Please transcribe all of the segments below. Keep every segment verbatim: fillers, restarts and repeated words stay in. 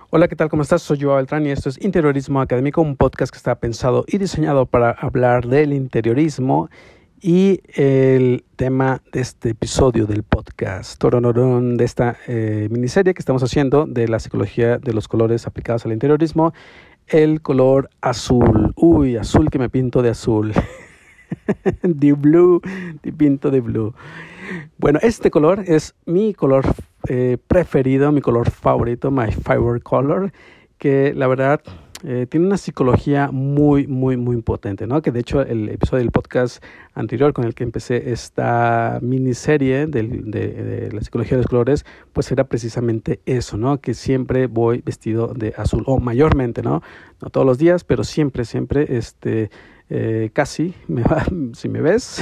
Hola, ¿qué tal? ¿Cómo estás? Soy Joao Beltrán y esto es Interiorismo Académico, un podcast que está pensado y diseñado para hablar del interiorismo. Y el tema de este episodio del podcast, toronorón, de esta eh, miniserie que estamos haciendo de la psicología de los colores aplicados al interiorismo, el color azul. Uy, azul que me pinto de azul. De blue, te pinto de blue. Bueno, este color es mi color eh, preferido, mi color favorito, my favorite color, que la verdad eh, tiene una psicología muy, muy, muy potente, ¿no? Que de hecho el episodio del podcast anterior con el que empecé esta miniserie del, de, de la psicología de los colores, pues era precisamente eso, ¿no? Que siempre voy vestido de azul, o mayormente, ¿no? No todos los días, pero siempre, siempre, este... Eh, casi, me va, si me ves,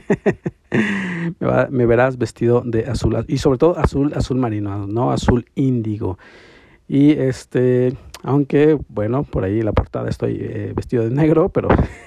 me, va, me verás vestido de azul, y sobre todo azul, azul marino, no azul índigo. Y este, aunque, bueno, por ahí en la portada estoy eh, vestido de negro, pero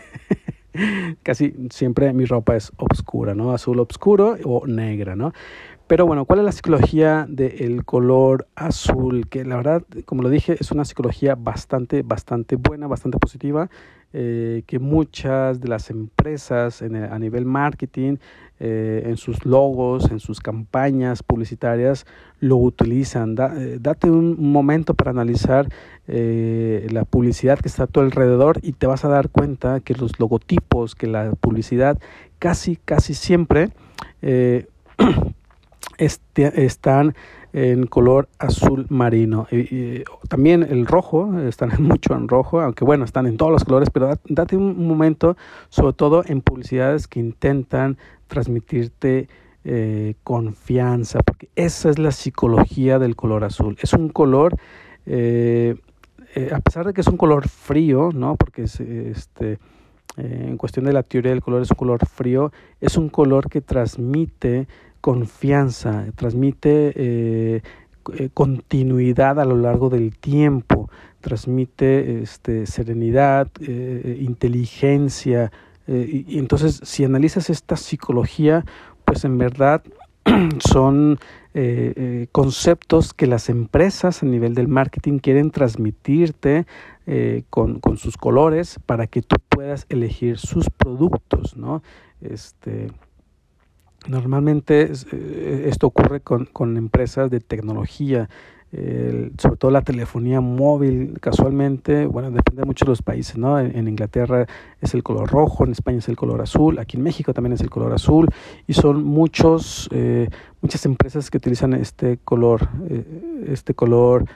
casi siempre mi ropa es oscura, ¿no? Azul oscuro o negra, ¿no? Pero bueno, ¿cuál es la psicología del color azul? Que la verdad, como lo dije, es una psicología bastante, bastante buena, bastante positiva, eh, que muchas de las empresas en el, a nivel marketing, eh, en sus logos, en sus campañas publicitarias, lo utilizan. Da, eh, date un, un momento para analizar eh, la publicidad que está a tu alrededor y te vas a dar cuenta que los logotipos, que la publicidad casi, casi siempre... Eh, Este, están en color azul marino. Y, y, también el rojo, están mucho en rojo, aunque bueno, están en todos los colores, pero date un momento, sobre todo en publicidades que intentan transmitirte eh, confianza, porque esa es la psicología del color azul. Es un color, eh, eh, a pesar de que es un color frío, ¿no? Porque es, este, eh, en cuestión de la teoría del color es un color frío, es un color que transmite confianza, transmite eh, eh, continuidad a lo largo del tiempo, transmite este, serenidad, eh, inteligencia, eh, y, y entonces si analizas esta psicología, pues en verdad son eh, eh, conceptos que las empresas a nivel del marketing quieren transmitirte eh, con, con sus colores para que tú puedas elegir sus productos, ¿no? Este... Normalmente esto ocurre con, con empresas de tecnología, eh, sobre todo la telefonía móvil, casualmente, bueno, depende mucho de los países, ¿no? En, en Inglaterra es el color rojo, en España es el color azul, aquí en México también es el color azul, y son muchos, eh, muchas empresas que utilizan este color, eh, este color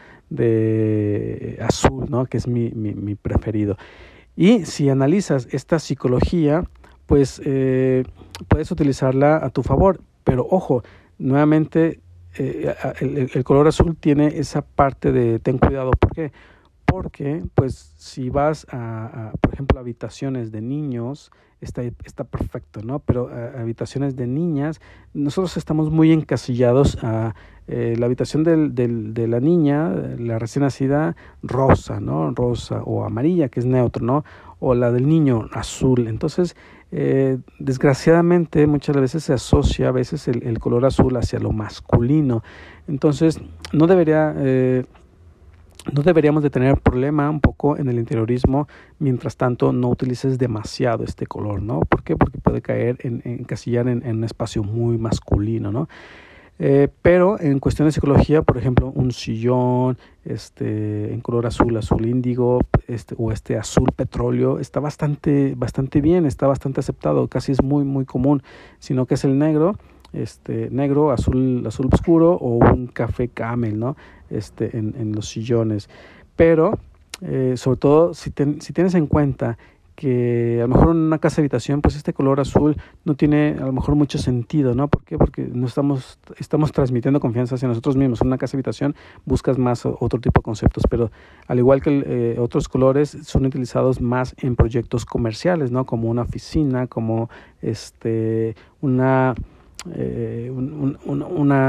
de azul, ¿no? Que es mi, mi, mi preferido. Y si analizas esta psicología, pues eh, puedes utilizarla a tu favor, pero ojo, nuevamente eh, el, el color azul tiene esa parte de ten cuidado. ¿Por qué? Porque pues si vas a, a por ejemplo, habitaciones de niños, está, está perfecto, ¿no? Pero a, habitaciones de niñas, nosotros estamos muy encasillados a eh, la habitación del, del, de la niña, la recién nacida, rosa, ¿no? Rosa o amarilla, que es neutro, ¿no? O la del niño, azul. Entonces, eh, desgraciadamente, muchas veces se asocia a veces el, el color azul hacia lo masculino. Entonces, no debería... Eh, No deberíamos de tener problema un poco en el interiorismo, mientras tanto no utilices demasiado este color, ¿no? ¿Por qué? Porque puede caer en, en encasillar en, en un espacio muy masculino, ¿no? Eh, pero en cuestión de psicología, por ejemplo, un sillón este, en color azul, azul índigo, este, o este azul petróleo, está bastante, bastante bien, está bastante aceptado, casi es muy, muy común, sino que es el negro, este negro, azul, azul oscuro o un café camel, ¿no? Este, en, en los sillones. Pero, eh, sobre todo, si, ten, si tienes en cuenta que a lo mejor en una casa habitación, pues este color azul no tiene a lo mejor mucho sentido, ¿no? ¿Por qué? Porque no estamos, estamos transmitiendo confianza hacia nosotros mismos. En una casa habitación buscas más otro tipo de conceptos, pero al igual que eh, otros colores son utilizados más en proyectos comerciales, ¿no? Como una oficina, como este, una... Eh, un, un,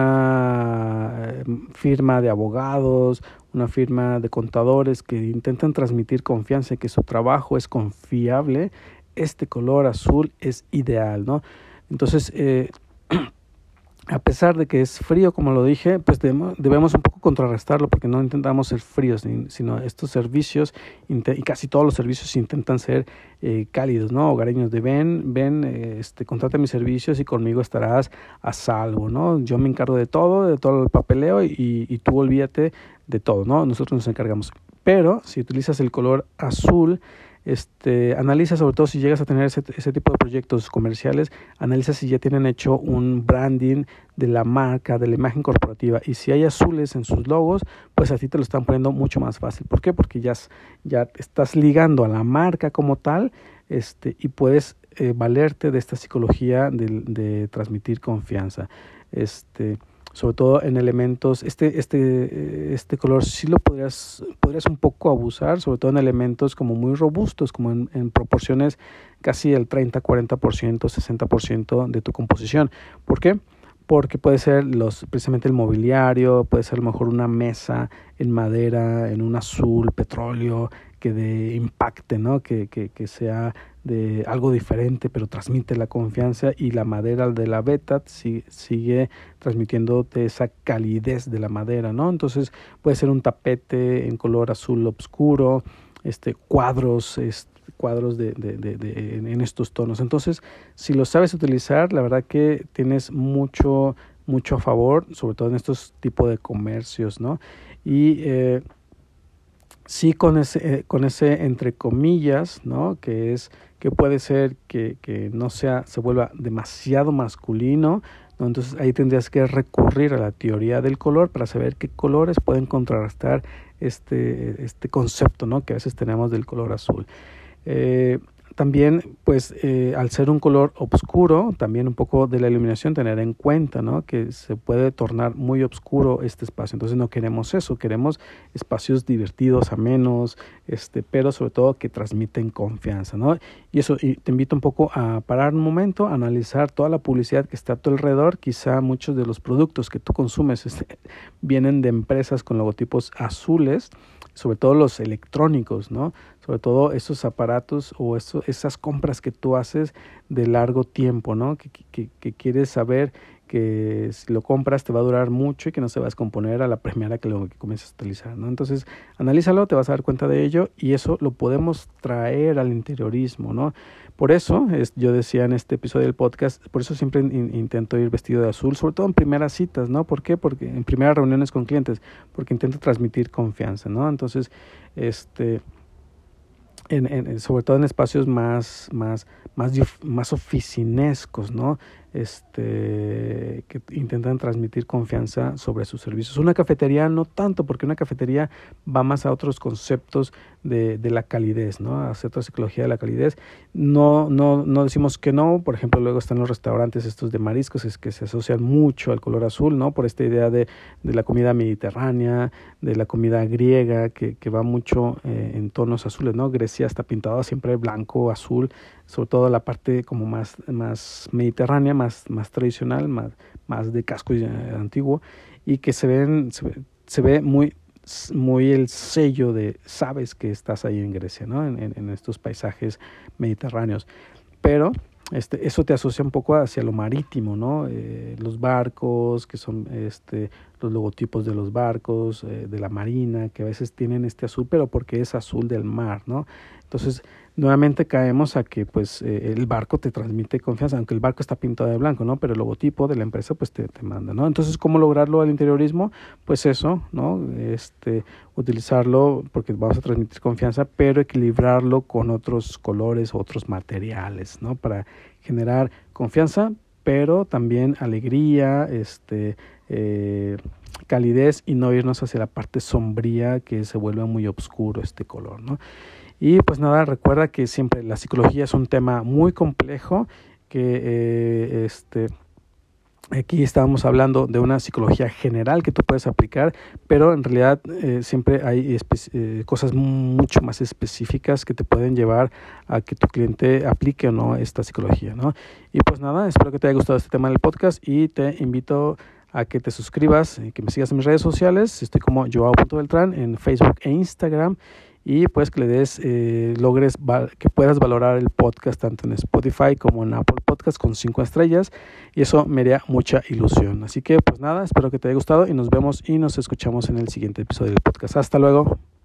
una firma de abogados, una firma de contadores que intentan transmitir confianza y que su trabajo es confiable. Este color azul es ideal, ¿no? Entonces, eh, a pesar de que es frío, como lo dije, pues debemos, debemos un poco contrarrestarlo porque no intentamos ser fríos, sino estos servicios, y casi todos los servicios intentan ser eh, cálidos, ¿no? Hogareños de ven, ven, eh, este, contrata mis servicios y conmigo estarás a salvo, ¿no? Yo me encargo de todo, de todo el papeleo y, y tú olvídate de todo, ¿no? Nosotros nos encargamos. Pero si utilizas el color azul, Este, analiza, sobre todo si llegas a tener ese, ese tipo de proyectos comerciales, analiza si ya tienen hecho un branding de la marca, de la imagen corporativa, y si hay azules en sus logos, pues a ti te lo están poniendo mucho más fácil. ¿Por qué? Porque ya, ya estás ligando a la marca como tal, este, y puedes eh, valerte de esta psicología de, de transmitir confianza. Este sobre todo en elementos, este, este, este color sí lo podrías, podrías un poco abusar, sobre todo en elementos como muy robustos, como en, en proporciones casi el treinta, cuarenta por ciento, sesenta por ciento de tu composición. ¿Por qué? Porque puede ser los, precisamente el mobiliario, puede ser a lo mejor una mesa en madera, en un azul, petróleo, que de impacte, ¿no? Que, que, que sea de algo diferente, pero transmite la confianza, y la madera de la Vetat sigue, sigue transmitiéndote esa calidez de la madera, ¿no? Entonces puede ser un tapete en color azul oscuro, este, cuadros, este, cuadros de, de, de, de, en estos tonos. Entonces, si lo sabes utilizar, la verdad que tienes mucho, mucho a favor, sobre todo en estos tipos de comercios, ¿no? Y eh, sí con ese, eh, con ese entre comillas, ¿no? Que es que puede ser que, que no sea, se vuelva demasiado masculino, ¿no? Entonces ahí tendrías que recurrir a la teoría del color para saber qué colores pueden contrarrestar este, este concepto, ¿no? Que a veces tenemos del color azul. Eh, también, pues, eh, al ser un color oscuro, también un poco de la iluminación, tener en cuenta, ¿no? Que se puede tornar muy oscuro este espacio. Entonces no queremos eso, queremos espacios divertidos, amenos, este, pero sobre todo que transmiten confianza, ¿no? Y eso, y te invito un poco a parar un momento, a analizar toda la publicidad que está a tu alrededor. Quizá muchos de los productos que tú consumes este, vienen de empresas con logotipos azules, sobre todo los electrónicos, ¿no? Sobre todo esos aparatos o eso, esas compras que tú haces de largo tiempo, ¿no? Que, que, que quieres saber que si lo compras te va a durar mucho y que no se va a descomponer a la primera que lo que comiences a utilizar, ¿no? Entonces, analízalo, te vas a dar cuenta de ello, y eso lo podemos traer al interiorismo, ¿no? Por eso, es, yo decía en este episodio del podcast, por eso siempre in, intento ir vestido de azul, sobre todo en primeras citas, ¿no? ¿Por qué? Porque en primeras reuniones con clientes, porque intento transmitir confianza, ¿no? Entonces, este... En, en, sobre todo en espacios más, más, más, más oficinescos, ¿no? Este, que intentan transmitir confianza sobre sus servicios. Una cafetería no tanto, porque una cafetería va más a otros conceptos de, de la calidez, ¿no? A otra psicología de la calidez. No, no, no decimos que no. Por ejemplo, luego están los restaurantes estos de mariscos, es que se asocian mucho al color azul, ¿no? Por esta idea de, de la comida mediterránea, de la comida griega, que, que va mucho eh, en tonos azules, ¿no? Grecia está pintada siempre blanco, azul, sobre todo la parte como más, más mediterránea, más, más tradicional, más, más de casco antiguo, y que se ven, se ve, se ve muy, muy el sello de sabes que estás ahí en Grecia, ¿no? En, en, en estos paisajes mediterráneos. Pero este, eso te asocia un poco hacia lo marítimo, ¿no? Eh, los barcos, que son este, los logotipos de los barcos, eh, de la marina, que a veces tienen este azul, pero porque es azul del mar, ¿no? Entonces, nuevamente caemos a que pues eh, el barco te transmite confianza, aunque el barco está pintado de blanco, ¿no? Pero el logotipo de la empresa pues te, te manda, ¿no? Entonces, ¿cómo lograrlo al interiorismo? Pues eso, ¿no? Este, utilizarlo porque vamos a transmitir confianza, pero equilibrarlo con otros colores, otros materiales, ¿no? Para generar confianza, pero también alegría, este, eh, calidez, y no irnos hacia la parte sombría que se vuelve muy oscuro este color, ¿no? Y pues nada, recuerda que siempre la psicología es un tema muy complejo, que eh, este, aquí estábamos hablando de una psicología general que tú puedes aplicar, pero en realidad eh, siempre hay espe- eh, cosas mucho más específicas que te pueden llevar a que tu cliente aplique o no esta psicología, ¿no? Y pues nada, espero que te haya gustado este tema del podcast, y te invito a que te suscribas y que me sigas en mis redes sociales. Estoy como joao punto beltrán en Facebook e Instagram. y pues que le des, eh, logres val- que puedas valorar el podcast tanto en Spotify como en Apple Podcast con cinco estrellas, y eso me haría mucha ilusión. Así que pues nada, espero que te haya gustado y nos vemos y nos escuchamos en el siguiente episodio del podcast. Hasta luego.